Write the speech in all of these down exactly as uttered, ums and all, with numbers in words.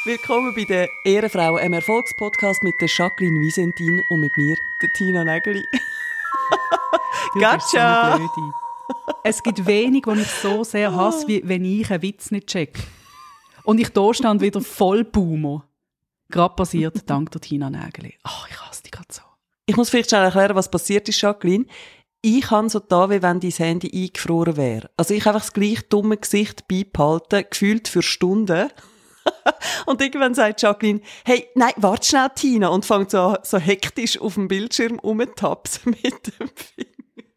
Willkommen bei den Ehrenfrauen, einem Erfolgspodcast mit der Jacqueline Wiesentin und mit mir, der Tina Nägeli. Gotcha! So es gibt wenig, die ich so sehr hasse, wie wenn ich einen Witz nicht check. Und ich da stand wieder voll Boomer. Gerade passiert, dank der Tina Nägeli. Ach, ich hasse dich gerade so. Ich muss vielleicht schnell erklären, was passiert ist, Jacqueline. Ich habe so da, wie wenn dein Handy eingefroren wäre. Also ich habe einfach das gleich dumme Gesicht beibehalten, gefühlt für Stunden. Und irgendwann sagt Jacqueline, hey, nein, warte schnell, Tina, und fängt so, so hektisch auf dem Bildschirm rumzutapsen mit dem Finger.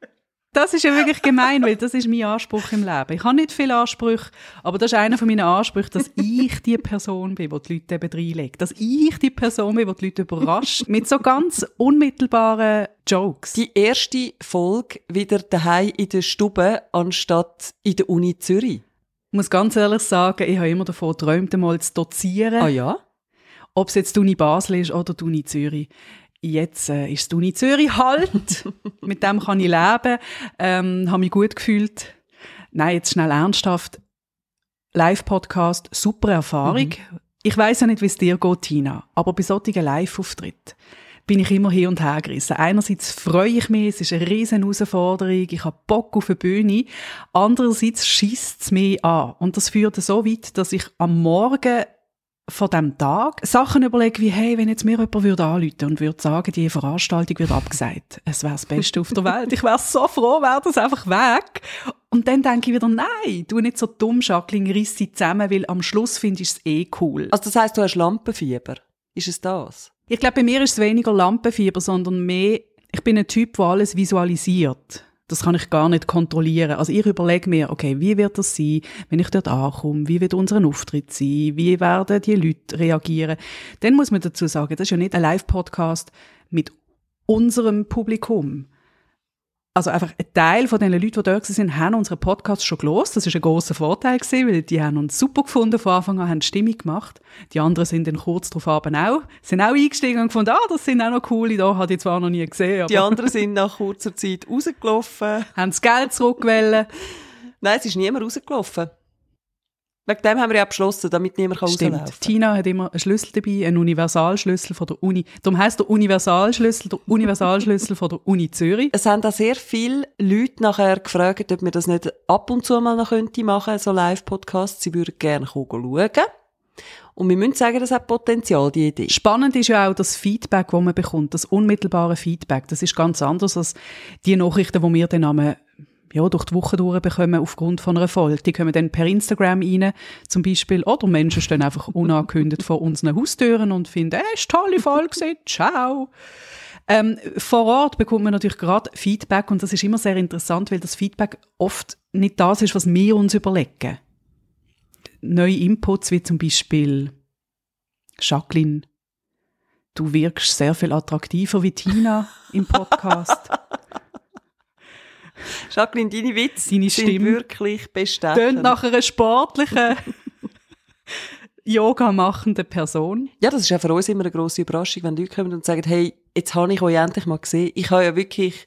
Das ist ja wirklich gemein, weil das ist mein Anspruch im Leben. Ich habe nicht viele Ansprüche, aber das ist einer von meinen Ansprüchen, dass ich die Person bin, die die Leute eben reinlegt. Dass ich die Person bin, die die Leute überrascht mit so ganz unmittelbaren Jokes. Die erste Folge wieder daheim in der Stube anstatt in der Uni Zürich. Ich muss ganz ehrlich sagen, ich habe immer davon geträumt, einmal zu dozieren. Ah ja? Ob es jetzt die Uni Basel ist oder die Uni Zürich. Jetzt äh, ist es die Uni Zürich halt. Mit dem kann ich leben. Ähm, habe mich gut gefühlt. Nein, jetzt schnell ernsthaft. Live-Podcast, super Erfahrung. Mhm. Ich weiss ja nicht, wie es dir geht, Tina, aber bei solchen Live-Auftritten bin ich immer hin und her gerissen. Einerseits freue ich mich, es ist eine riesen Herausforderung, ich habe Bock auf eine Bühne. Andererseits schiesst es mich an. Und das führt so weit, dass ich am Morgen von diesem Tag Sachen überlege, wie, hey, wenn jetzt mir jemand würde anrufen und würde sagen, die Veranstaltung wird abgesagt. Es wäre das Beste auf der Welt. Ich wäre so froh, wäre das einfach weg. Und dann denke ich wieder, nein, du nicht so dumm, Jacqueline, riss sie zusammen, weil am Schluss findest du es eh cool. Also das heisst, du hast Lampenfieber. Ist es das? Ich glaube, bei mir ist es weniger Lampenfieber, sondern mehr, ich bin ein Typ, der alles visualisiert. Das kann ich gar nicht kontrollieren. Also ich überlege mir, okay, wie wird das sein, wenn ich dort ankomme? Wie wird unser Auftritt sein? Wie werden die Leute reagieren? Dann muss man dazu sagen, das ist ja nicht ein Live-Podcast mit unserem Publikum. Also einfach ein Teil von den Leuten, die dort waren, haben unseren Podcast schon gehört. Das war ein grosser Vorteil, weil die haben uns super gefunden von Anfang an, haben Stimmung gemacht. Die anderen sind dann kurz darauf auch, sind auch eingestiegen und gefunden, ah, das sind auch noch coole, da habe ich zwar noch nie gesehen. Aber die anderen sind nach kurzer Zeit rausgelaufen. Haben das Geld zurückgewollen. Nein, es ist niemand rausgelaufen. Wegen dem haben wir ja beschlossen, damit niemand rauslaufen kann. Tina hat immer einen Schlüssel dabei, einen Universalschlüssel von der Uni. Darum heisst der Universalschlüssel der Universalschlüssel von der Uni Zürich. Es haben da sehr viele Leute nachher gefragt, ob wir das nicht ab und zu mal noch machen könnten, so Live-Podcasts. Sie würden gerne schauen. Und wir müssen sagen, das hat Potenzial, die Idee. Spannend ist ja auch das Feedback, das man bekommt, das unmittelbare Feedback. Das ist ganz anders als die Nachrichten, die wir dann am ja, durch die Woche durchbekommen aufgrund von einer Folge. Die kommen dann per Instagram rein, zum Beispiel. Oder Menschen stehen einfach unangekündigt vor unseren Haustüren und finden, äh, ist eine tolle Folge, ciao. Ähm, vor Ort bekommt man natürlich gerade Feedback und das ist immer sehr interessant, weil das Feedback oft nicht das ist, was wir uns überlegen. Neue Inputs, wie zum Beispiel Jacqueline, du wirkst sehr viel attraktiver wie Tina im Podcast. Jacqueline, deine Witze deine sind Stimme wirklich bestechend. Tönt nach einer sportlichen, Yoga-machenden Person. Ja, das ist ja für uns immer eine grosse Überraschung, wenn Leute kommen und sagen, hey, jetzt habe ich euch endlich mal gesehen. Ich habe ja wirklich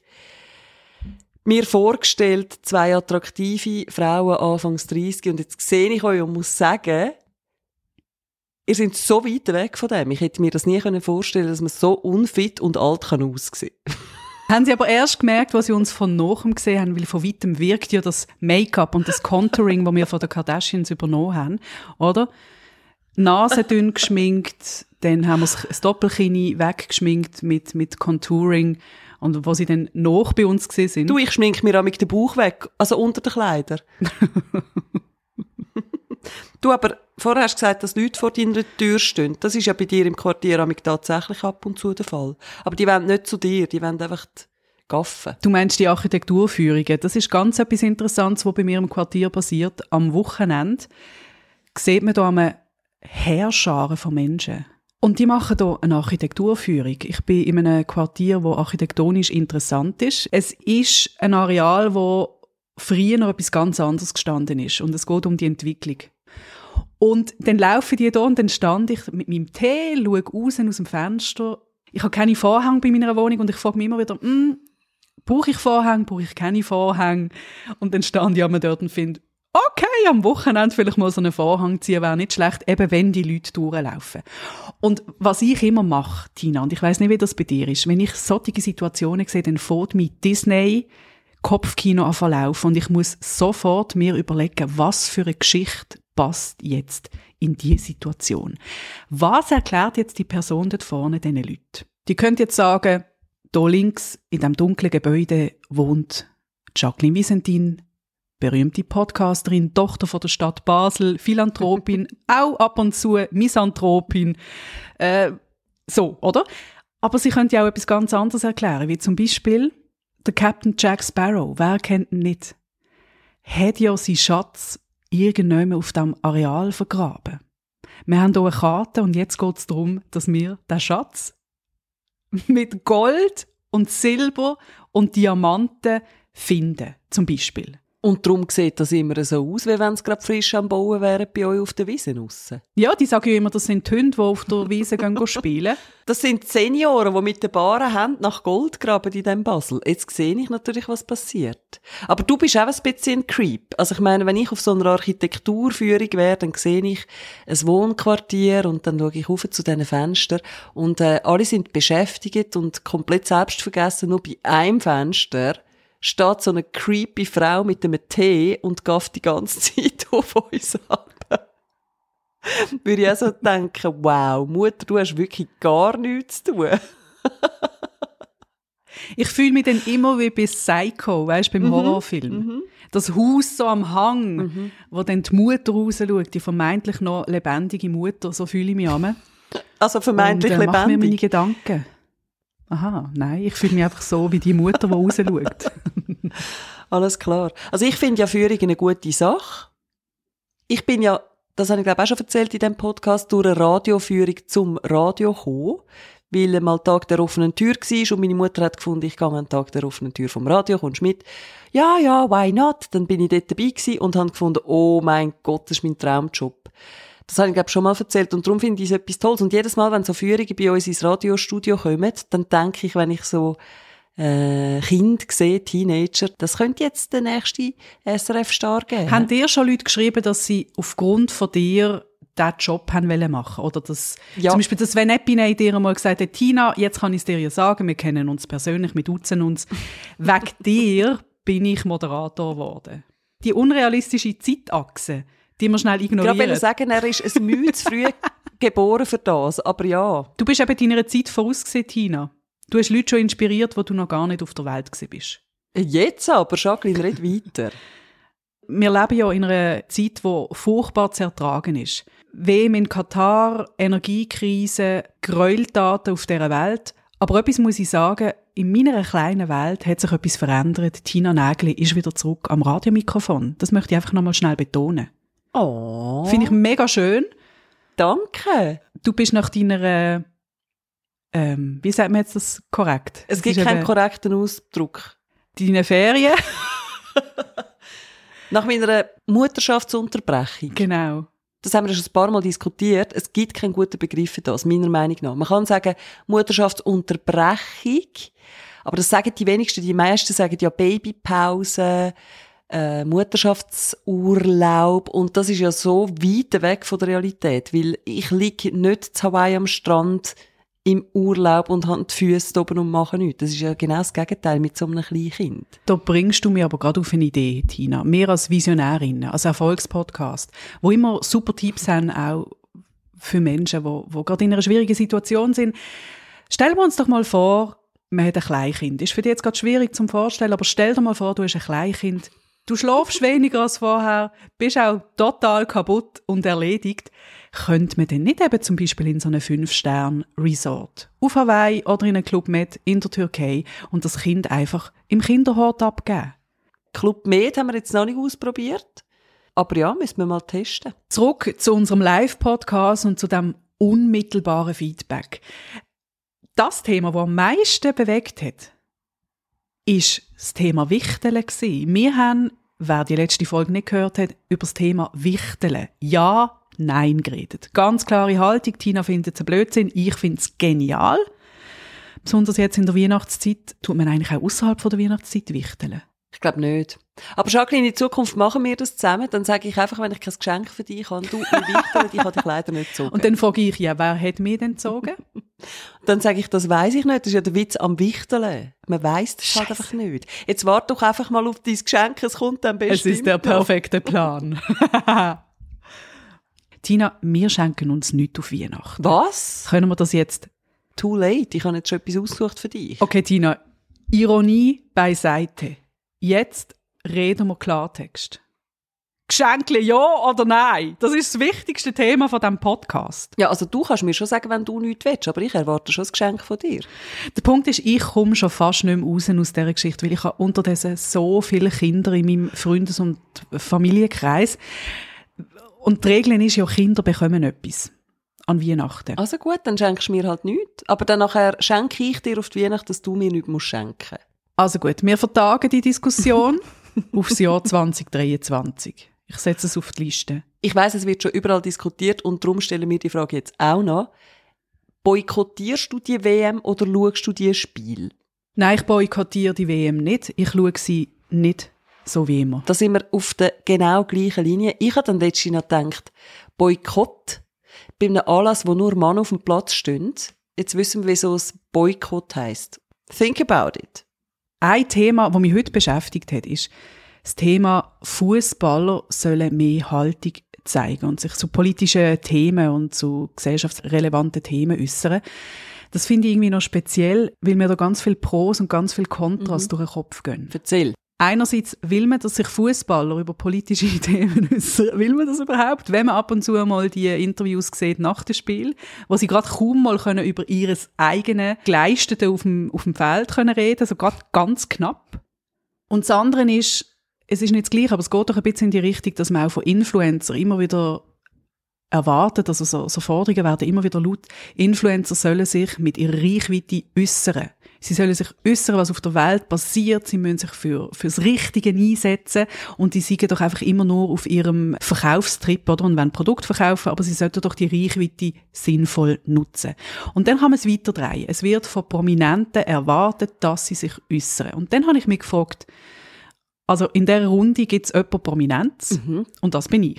mir vorgestellt, zwei attraktive Frauen Anfangs dreissig und jetzt sehe ich euch und muss sagen, ihr seid so weit weg von dem. Ich hätte mir das nie vorstellen können, dass man so unfit und alt kann aussehen kann. Haben sie aber erst gemerkt, was sie uns von nachem gesehen haben, weil von weitem wirkt ja das Make-up und das Contouring, das wir von den Kardashians übernommen haben, oder? Nase dünn geschminkt, dann haben wir das Doppelkinn weggeschminkt mit, mit Contouring und wo sie dann noch bei uns gesehen sind. Du, ich schminke mir auch mit den Bauch weg, also unter den Kleidern. Du, aber vorher hast du gesagt, dass Leute vor deiner Tür stehen. Das ist ja bei dir im Quartier tatsächlich ab und zu der Fall. Aber die wollen nicht zu dir, die wollen einfach gaffen. Du meinst die Architekturführungen. Das ist ganz etwas Interessantes, was bei mir im Quartier passiert. Am Wochenende sieht man da eine Heerschar von Menschen. Und die machen hier eine Architekturführung. Ich bin in einem Quartier, das architektonisch interessant ist. Es ist ein Areal, wo früher noch etwas ganz anderes gestanden ist. Und es geht um die Entwicklung. Und dann laufen die da und dann stand ich mit meinem Tee, schaue raus aus dem Fenster. Ich habe keine Vorhänge bei meiner Wohnung und ich frage mich immer wieder, hm, brauche ich Vorhänge, brauche ich keine Vorhänge? Und dann stand ich einmal dort und finde, okay, hey, am Wochenende vielleicht mal so einen Vorhang ziehen, wäre nicht schlecht, eben wenn die Leute durchlaufen. Und was ich immer mache, Tina, und ich weiss nicht, wie das bei dir ist, wenn ich solche Situationen sehe, dann fährt mich Disney Kopfkino an verlaufen und ich muss sofort mir überlegen, was für eine Geschichte passt jetzt in diese Situation. Was erklärt jetzt die Person dort vorne diesen Leuten? Die könnte jetzt sagen, da links in diesem dunklen Gebäude wohnt Jacqueline Visentin, berühmte Podcasterin, Tochter von der Stadt Basel, Philanthropin, auch ab und zu Misanthropin. Äh, so, oder? Aber sie könnte ja auch etwas ganz anderes erklären, wie zum Beispiel der Captain Jack Sparrow. Wer kennt ihn nicht? Hat ja seinen Schatz irgendjemand auf diesem Areal vergraben. Wir haben hier eine Karte und jetzt geht es darum, dass wir den Schatz mit Gold und Silber und Diamanten finden, zum Beispiel. Und darum sieht das immer so aus, wie wenn es gerade frisch am Bauen wären bei euch auf der Wiese raus. Ja, die sagen ja immer, das sind die Hunde, die auf der Wiese gehen spielen. Das sind Senioren, die mit den baren Händen nach Gold graben in diesem Basel. Jetzt sehe ich natürlich, was passiert. Aber du bist auch ein bisschen ein Creep. Also ich meine, wenn ich auf so einer Architekturführung wäre, dann sehe ich ein Wohnquartier und dann schaue ich rauf zu diesen Fenstern und äh, alle sind beschäftigt und komplett selbstvergessen. Nur bei einem Fenster steht so eine creepy Frau mit einem Tee und gafft die ganze Zeit auf uns ab. Würde ich auch so denken, wow, Mutter, du hast wirklich gar nichts zu tun. Ich fühle mich dann immer wie bei Psycho, weißt du, beim Mhm. Horrorfilm. Mhm. Das Haus so am Hang, Mhm. wo dann die Mutter rausschaut, die vermeintlich noch lebendige Mutter, so fühle ich mich an. Also vermeintlich und, äh, mach mir meine lebendig. Gedanken. Aha, nein, ich fühle mich einfach so wie die Mutter, die rausschaut. Alles klar. Also ich finde ja Führung eine gute Sache. Ich bin ja, das habe ich glaube auch schon erzählt in diesem Podcast, durch eine Radioführung zum Radio gekommen, weil mal Tag der offenen Tür war und meine Mutter hat gefunden, ich gehe an den Tag der offenen Tür vom Radio, kommst du mit? Ja, ja, why not? Dann bin ich dort dabei gewesen und habe gefunden, oh mein Gott, das ist mein Traumjob. Das habe ich, glaube ich, schon mal erzählt. Und darum finde ich es etwas Tolles. Und jedes Mal, wenn so Führungen bei uns ins Radiostudio kommen, dann denke ich, wenn ich so äh, Kinder sehe, Teenager, das könnte jetzt der nächste S R F-Star geben. Haben dir schon Leute geschrieben, dass sie aufgrund von dir diesen Job haben wollen machen? Oder dass, Ja. zum Beispiel, dass Sven Epinay dir einmal gesagt hat, Tina, jetzt kann ich es dir ja sagen, wir kennen uns persönlich, wir duzen uns. Wegen dir bin ich Moderator geworden. Die unrealistische Zeitachse, die wir schnell Ich wollte ignorieren. sagen, er ist ein Mühe zu früh geboren für das, aber ja. Du bist eben deiner Zeit vorausgesehen, Tina. Du hast Leute schon inspiriert, wo du noch gar nicht auf der Welt gewesen bist. Jetzt aber, Jacqueline, red weiter. Wir leben ja in einer Zeit, die furchtbar zu ertragen ist. W M in Katar, Energiekrise, Gräueltaten auf dieser Welt. Aber etwas muss ich sagen, in meiner kleinen Welt hat sich etwas verändert. Tina Nägeli ist wieder zurück am Radiomikrofon. Das möchte ich einfach noch mal schnell betonen. Oh, Finde ich mega schön. danke. Du bist nach deiner, ähm, wie sagt man jetzt das korrekt? Es Das gibt ist keinen eben korrekten Ausdruck. deine Ferien. Nach meiner Mutterschaftsunterbrechung. Genau. Das haben wir schon ein paar Mal diskutiert. Es gibt keinen guten Begriff für das, meiner Meinung nach. Man kann sagen Mutterschaftsunterbrechung, aber das sagen die wenigsten. Die meisten sagen ja Babypause, äh, Mutterschaftsurlaub, und das ist ja so weit weg von der Realität, weil ich liege nicht zu Hawaii am Strand im Urlaub und habe die Füße oben und mache nichts. Das ist ja genau das Gegenteil mit so einem kleinen Kind. Da bringst du mir aber gerade auf eine Idee, Tina. Wir als Visionärinnen, als Erfolgspodcast, wo immer super Tipps haben, auch für Menschen, die, die gerade in einer schwierigen Situation sind. Stellen wir uns doch mal vor, man hat ein Kleinkind. Ist für dich jetzt gerade schwierig zum Vorstellen, aber stell dir mal vor, du hast ein Kleinkind. Du schlafst weniger als vorher, bist auch total kaputt und erledigt. Könnte man denn nicht eben zum Beispiel in so einem Fünf-Sterne-Resort auf Hawaii oder in einem Club Med in der Türkei und das Kind einfach im Kinderhort abgeben? Club Med haben wir jetzt noch nicht ausprobiert, aber ja, müssen wir mal testen. Zurück zu unserem Live-Podcast und zu dem unmittelbaren Feedback. Das Thema, das am meisten bewegt hat, ist das Thema Wichteln gewesen. Wir haben, wer die letzte Folge nicht gehört hat, über das Thema Wichteln Ja, Nein geredet. Ganz klare Haltung. Tina findet es ein Blödsinn. Ich finde es genial. Besonders jetzt in der Weihnachtszeit tut man eigentlich auch außerhalb der Weihnachtszeit wichteln. Ich glaube nicht. Aber Jacqueline, in Zukunft machen wir das zusammen. Dann sage ich einfach, wenn ich kein Geschenk für dich habe, du, ich wichtere, ich habe dich leider nicht gezogen. Und dann frage ich, ja, wer hat mich denn gezogen? Dann sage ich, das weiss ich nicht. Das ist ja der Witz am Wichteln. Man weiss das halt einfach nicht. Jetzt warte doch einfach mal auf dein Geschenk, es kommt dann bestimmt. Es ist der perfekte Plan. Tina, wir schenken uns nichts auf Weihnachten. Was? Können wir das jetzt? Too late. Ich habe jetzt schon etwas ausgesucht für dich. Okay, Tina, Ironie beiseite. Jetzt reden wir Klartext. Geschenkle ja oder nein? Das ist das wichtigste Thema von diesem Podcast. Ja, also du kannst mir schon sagen, wenn du nichts willst, aber ich erwarte schon ein Geschenk von dir. Der Punkt ist, ich komme schon fast nicht mehr raus aus dieser Geschichte, weil ich habe unterdessen so viele Kinder in meinem Freundes- und Familienkreis. Und die Regel ist ja, Kinder bekommen etwas an Weihnachten. Also gut, dann schenkst du mir halt nichts. Aber dann nachher schenke ich dir auf die Weihnacht, dass du mir nichts musst schenken. Also gut, wir vertagen die Diskussion aufs Jahr zwanzig dreiundzwanzig. Ich setze es auf die Liste. Ich weiss, es wird schon überall diskutiert und darum stellen wir die Frage jetzt auch noch. Boykottierst du die W M oder schaust du die Spiel? Nein, ich boykottiere die W M nicht. Ich schaue sie nicht so wie immer. Da sind wir auf der genau gleichen Linie. Ich habe dann letztens noch gedacht, Boykott bei einem Anlass, wo nur Männer auf dem Platz stehen. Jetzt wissen wir, wieso es Boykott heisst. Think about it. Ein Thema, das mich heute beschäftigt hat, ist das Thema, Fußballer sollen mehr Haltung zeigen und sich zu politischen Themen und zu gesellschaftsrelevanten Themen äußern. Das finde ich irgendwie noch speziell, weil mir da ganz viel Pros und ganz viel Kontras mhm. durch den Kopf gehen. Erzähl. Einerseits will man, dass sich Fußballer über politische Themen äußern. Will man das überhaupt? Wenn man ab und zu mal die Interviews sieht nach dem Spiel, wo sie gerade kaum mal können über ihr eigenes Geleistete auf dem, auf dem Feld können reden, also gerade ganz knapp. Und das andere ist, es ist nicht das Gleiche, aber es geht doch ein bisschen in die Richtung, dass man auch von Influencern immer wieder erwartet, also so, so Forderungen werden immer wieder laut, Influencer sollen sich mit ihrer Reichweite äußern. Sie sollen sich äußern, was auf der Welt passiert. Sie müssen sich für fürs Richtige einsetzen. Und die sind doch einfach immer nur auf ihrem Verkaufstrip, oder? Und wollen Produkte verkaufen, aber sie sollten doch die Reichweite sinnvoll nutzen. Und dann kann man es weiterdrehen. Es wird von Prominenten erwartet, dass sie sich äußern. Und dann habe ich mich gefragt, also in dieser Runde gibt es jemanden Prominenz. Mhm. Und das bin ich.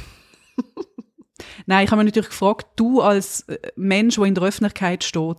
Nein, ich habe mich natürlich gefragt, du als Mensch, der in der Öffentlichkeit steht,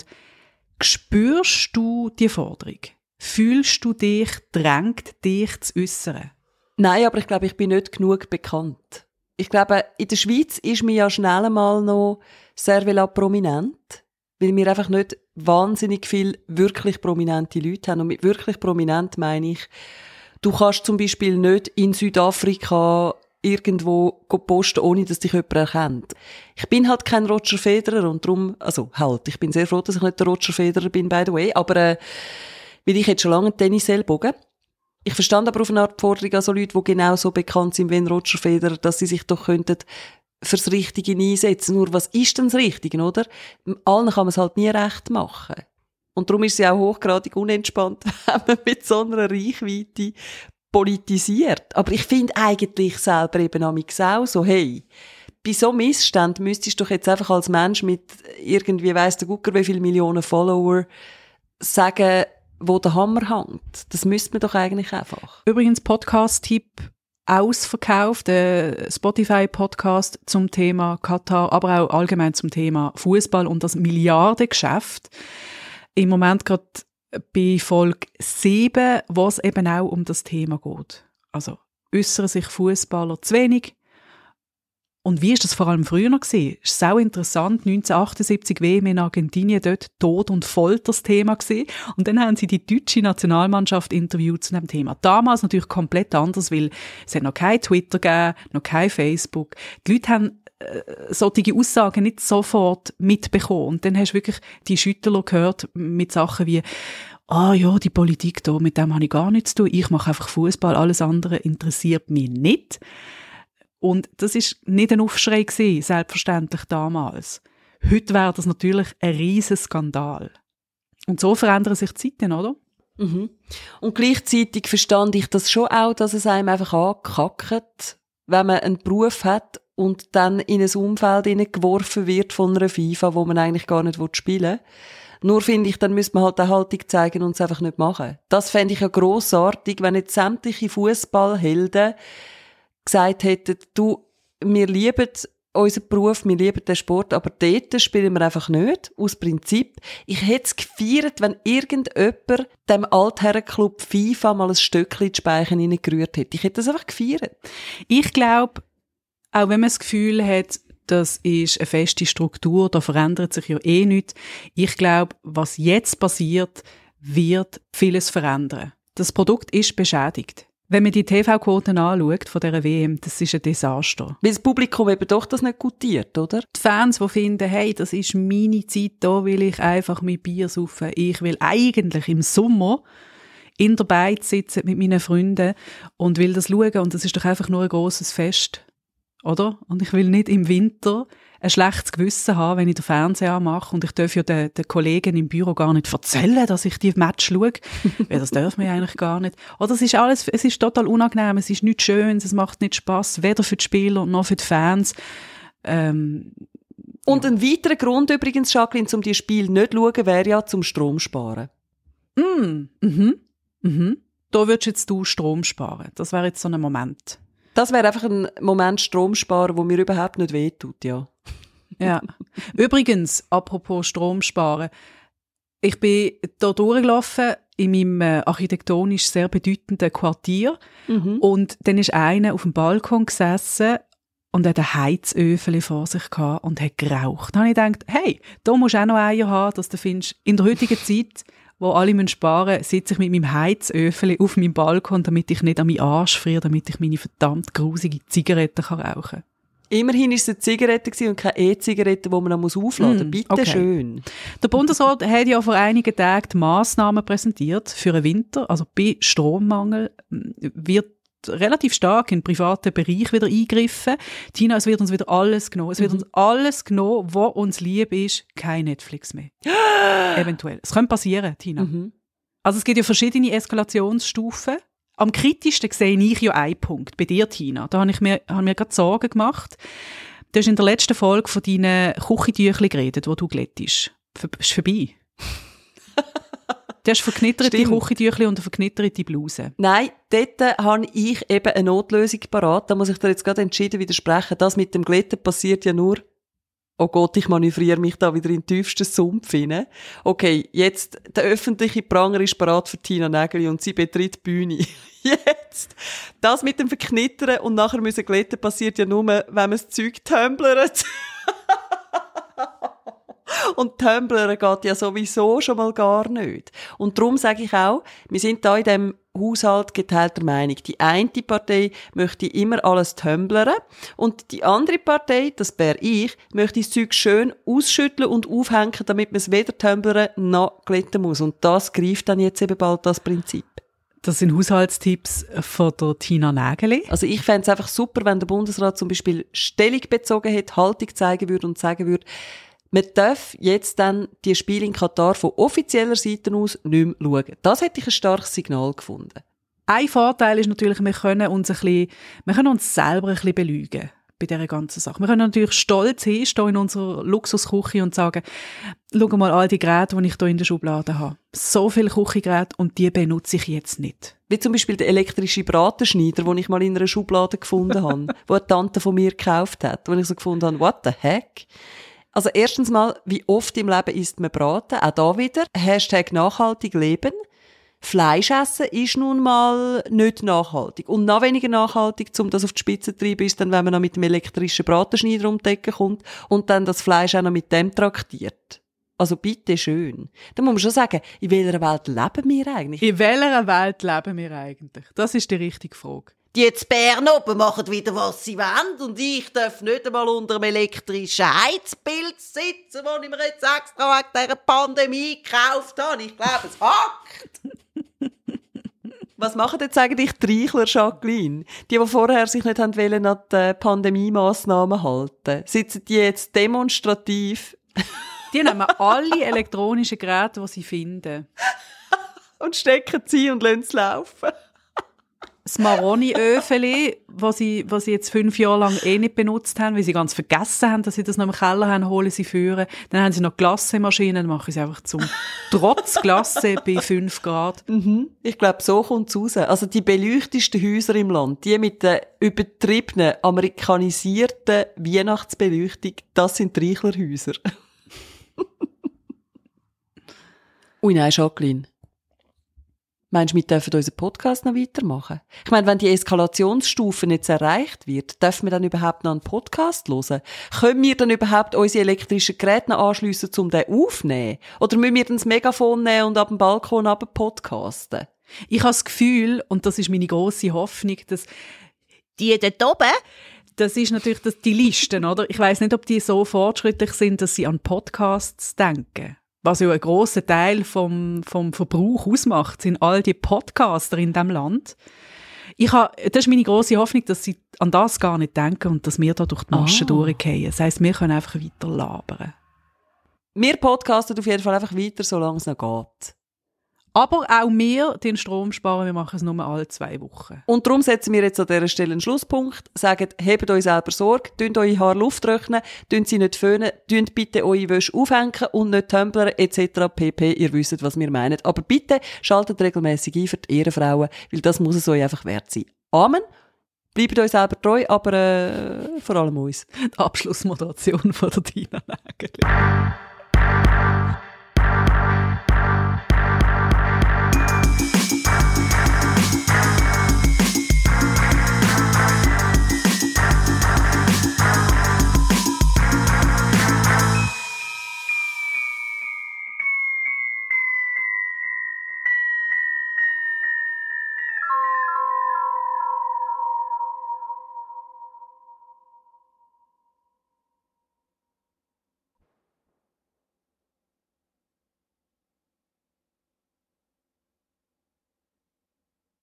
spürst du die Forderung? Fühlst du dich drängt, dich zu äußern? Nein, aber ich glaube, ich bin nicht genug bekannt. Ich glaube, in der Schweiz ist mir ja schnell einmal noch sehr prominent, weil wir einfach nicht wahnsinnig viel wirklich prominente Leute haben. Und mit wirklich prominent meine ich, du kannst zum Beispiel nicht in Südafrika irgendwo posten, ohne dass dich jemand erkennt. Ich bin halt kein Roger Federer und darum, also halt, ich bin sehr froh, dass ich nicht der Roger Federer bin, by the way, aber äh, weil ich jetzt schon lange einen Tennis-Ellbogen. Ich verstand aber auf eine Art Forderung an so Leute, die genau so bekannt sind wie ein Roger Federer, dass sie sich doch könnten fürs Richtige einsetzen. Nur was ist denn das Richtige, oder? Allen kann man es halt nie recht machen. Und darum ist es ja auch hochgradig unentspannt, wenn man mit so einer Reichweite politisiert. Aber ich finde eigentlich selber eben auch so, hey, bei so Missständen müsstest du doch jetzt einfach als Mensch mit irgendwie, weiss der Gucker, wie viele Millionen Follower sagen, wo der Hammer hängt. Das müsste man doch eigentlich einfach. Übrigens, Podcast-Tipp ausverkauft, der Spotify-Podcast zum Thema Katar, aber auch allgemein zum Thema Fußball und das Milliardengeschäft. Im Moment gerade bei Folge sieben, wo es eben auch um das Thema geht. Also, äußern sich Fußballer zu wenig? Und wie ist das vor allem früher noch gewesen? Es ist auch interessant, neunzehnhundertachtundsiebzig W M in Argentinien, dort Tod und Folter das Thema gewesen. Und dann haben sie die deutsche Nationalmannschaft interviewt zu dem Thema. Damals natürlich komplett anders, weil es hat noch kein Twitter gegeben, noch kein Facebook. Die Leute haben äh, solche Aussagen nicht sofort mitbekommen. Und dann hast du wirklich die Schüttler gehört mit Sachen wie, ah ja, die Politik da, mit dem habe ich gar nichts zu tun. Ich mache einfach Fußball, alles andere interessiert mich nicht. Und das ist nicht ein Aufschrei gewesen, selbstverständlich damals. Heute wäre das natürlich ein riesen Skandal. Und so verändern sich die Zeiten, oder? Mhm. Und gleichzeitig verstand ich das schon auch, dass es einem einfach ankackt, wenn man einen Beruf hat und dann in ein Umfeld hineingeworfen wird von einer FIFA, wo man eigentlich gar nicht spielen will. Nur finde ich, dann müsste man halt eine Haltung zeigen und es einfach nicht machen. Das fände ich ja grossartig, wenn jetzt sämtliche Fußballhelden gesagt hätten, du, wir lieben unseren Beruf, wir lieben den Sport, aber dort spielen wir einfach nicht, aus Prinzip. Ich hätte es gefeiert, wenn irgendjemand dem Altherrenclub FIFA mal ein Stöckchen in die Speichen hineingerührt hätte. Ich hätte das einfach gefeiert. Ich glaube, auch wenn man das Gefühl hat, das ist eine feste Struktur, da verändert sich ja eh nichts. Ich glaube, was jetzt passiert, wird vieles verändern. Das Produkt ist beschädigt. Wenn man die T V-Quoten anschaut von dieser W M, das ist ein Desaster. Weil das Publikum eben doch das nicht gutiert, oder? Die Fans, die finden, hey, das ist meine Zeit, da will ich einfach mit Bier saufen. Ich will eigentlich im Sommer in der Beiz sitzen mit meinen Freunden und will das schauen. Und das ist doch einfach nur ein grosses Fest, oder? Und ich will nicht im Winter ein schlechtes Gewissen haben, wenn ich den Fernseher anmache und ich darf ja den, den Kollegen im Büro gar nicht erzählen, dass ich die Match schaue, weil das darf man ja eigentlich gar nicht. Oder es ist alles, es ist total unangenehm, es ist nichts Schönes, es macht nicht Spass, weder für die Spieler noch für die Fans. Ähm, und ja. ein weiterer Grund übrigens, Jacqueline, um die Spiele nicht zu schauen, wäre ja zum Strom sparen. Mm, mhm, mhm. Da würdest jetzt du Strom sparen. Das wäre jetzt so ein Moment. Das wäre einfach ein Moment Strom sparen, wo mir überhaupt nicht wehtut, ja. Ja. Übrigens, apropos Strom sparen. Ich bin hier durchgelaufen in meinem äh, architektonisch sehr bedeutenden Quartier. Mhm. Und dann ist einer auf dem Balkon gesessen und hat ein Heizöfeli vor sich gehabt und hat geraucht. Dann habe ich gedacht, hey, da musst du auch noch Eier haben, dass du findest, in der heutigen Zeit, wo alle sparen müssen, sitze ich mit meinem Heizöfeli auf meinem Balkon, damit ich nicht an meinen Arsch friere, damit ich meine verdammt grusige Zigaretten kann rauchen kann. Immerhin war es eine Zigarette und keine E-Zigarette, die man dann aufladen muss. Mm, Bitte okay. Schön. Der Bundesrat hat ja vor einigen Tagen die Massnahmen präsentiert für den Winter. Also bei Strommangel wird relativ stark in den privaten Bereich wieder eingegriffen. Tina, es wird uns wieder alles genommen. Es wird mhm. uns alles genommen, was uns lieb ist. Kein Netflix mehr. Eventuell. Es könnte passieren, Tina. Mhm. Also es gibt ja verschiedene Eskalationsstufen. Am kritischsten sehe ich ja einen Punkt. Bei dir, Tina. Da habe ich mir, habe mir gerade Sorgen gemacht. Du hast in der letzten Folge von deinen Küchentüchern geredet, die du glättest. Ist vorbei. Du hast verknitterte Küchentücher und eine verknitterte Bluse. Nein, dort habe ich eben eine Notlösung parat. Da muss ich dir jetzt gerade entschieden widersprechen. Das mit dem Glätten passiert ja nur, oh Gott, ich manövriere mich da wieder in den tiefsten Sumpf hinein. Okay, jetzt, der öffentliche Pranger ist parat für Tina Nägeli und sie betritt die Bühne. Jetzt, das mit dem Verknittern und nachher müssen glätten passiert ja nur, wenn man das Zeug tumblert. Und Tumblr geht ja sowieso schon mal gar nicht. Und darum sage ich auch, wir sind da in diesem Haushalt geteilter Meinung. Die eine Partei möchte immer alles tumblern und die andere Partei, das wäre ich, möchte das Zeug schön ausschütteln und aufhängen, damit man es weder tumblern noch glätten muss. Und das greift dann jetzt eben bald das Prinzip. Das sind Haushaltstipps von der Tina Nägeli. Also ich fände es einfach super, wenn der Bundesrat zum Beispiel Stellung bezogen hätte, Haltung zeigen würde und sagen würde, man darf jetzt dann die Spiele in Katar von offizieller Seite aus nicht mehr schauen. Das hätte ich ein starkes Signal gefunden. Ein Vorteil ist natürlich, wir können uns, ein bisschen, wir können uns selber ein bisschen belügen bei dieser ganzen Sache. Wir können natürlich stolz hinstehen in unserer Luxusküche und sagen, schau mal all die Geräte, die ich hier in der Schublade habe. So viele Küchengeräte und die benutze ich jetzt nicht. Wie zum Beispiel der elektrische Bratenschneider, den ich mal in einer Schublade gefunden habe, wo eine Tante von mir gekauft hat, wo ich so gefunden habe, what the heck? Also erstens mal, wie oft im Leben isst man Braten? Auch da wieder. Hashtag nachhaltig leben. Fleisch essen ist nun mal nicht nachhaltig. Und noch weniger nachhaltig, um das auf die Spitze zu treiben, ist dann, wenn man noch mit dem elektrischen Bratenschneider um die Ecke kommt und dann das Fleisch auch noch mit dem traktiert. Also bitte schön. Da muss man schon sagen, in welcher Welt leben wir eigentlich? In welcher Welt leben wir eigentlich? Das ist die richtige Frage. Die jetzt Bern oben machen wieder, was sie wollen und ich darf nicht einmal unter einem elektrischen Heizbild sitzen, das ich mir jetzt extra wegen dieser Pandemie gekauft habe. Ich glaube, es hackt. Was machen jetzt eigentlich die Reichler, Jacqueline? Die, die vorher sich nicht haben wollen, an die Pandemie-Massnahmen halten. Sitzen die jetzt demonstrativ? Die nehmen alle elektronischen Geräte, die sie finden. Und stecken sie und lassen es laufen. das Maroni-Öfeli, was sie, was sie jetzt fünf Jahre lang eh nicht benutzt haben, weil sie ganz vergessen haben, dass sie das noch im Keller haben, holen sie führen. Dann haben sie noch Glacemaschinen, dann machen sie einfach zum trotz Glace bei fünf Grad. Mhm. Ich glaube, so kommt es raus. Also die beleuchtesten Häuser im Land, die mit der übertriebenen, amerikanisierten Weihnachtsbeleuchtung, das sind die Reichlerhäuser. Ui, nein, Jacqueline. Meinst du, wir dürfen unseren Podcast noch weitermachen? Ich meine, wenn die Eskalationsstufe jetzt erreicht wird, dürfen wir dann überhaupt noch einen Podcast hören? Können wir dann überhaupt unsere elektrischen Geräte noch anschliessen, um den aufzunehmen? Oder müssen wir dann das Megafon nehmen und ab dem Balkon runter podcasten? Ich habe das Gefühl, und das ist meine grosse Hoffnung, dass die dort oben, das ist natürlich das, die Listen, oder? Ich weiss nicht, ob die so fortschrittlich sind, dass sie an Podcasts denken. Was ja ein grosser Teil vom, vom Verbrauch ausmacht, sind all die Podcaster in diesem Land. Ich habe, das ist meine grosse Hoffnung, dass sie an das gar nicht denken und dass wir da durch die Maschen oh. durchgehen. Das heisst, wir können einfach weiter labern. Wir podcasten auf jeden Fall einfach weiter, solange es noch geht. Aber auch wir den Strom sparen, wir machen es nur alle zwei Wochen. Und darum setzen wir jetzt an dieser Stelle einen Schlusspunkt, sagen, hebt euch selber Sorge, tönt eure Haare Luft trocknen, tönt sie nicht föhnen, tönt bitte eure Wäsche aufhängen und nicht Tumblr et cetera pp. Ihr wisst, was wir meinen. Aber bitte schaltet regelmäßig ein für die Ehrenfrauen, weil das muss es euch einfach wert sein. Amen. Bleibt euch selber treu, aber äh, vor allem uns. Die Abschlussmoderation von der Tina Nägeli.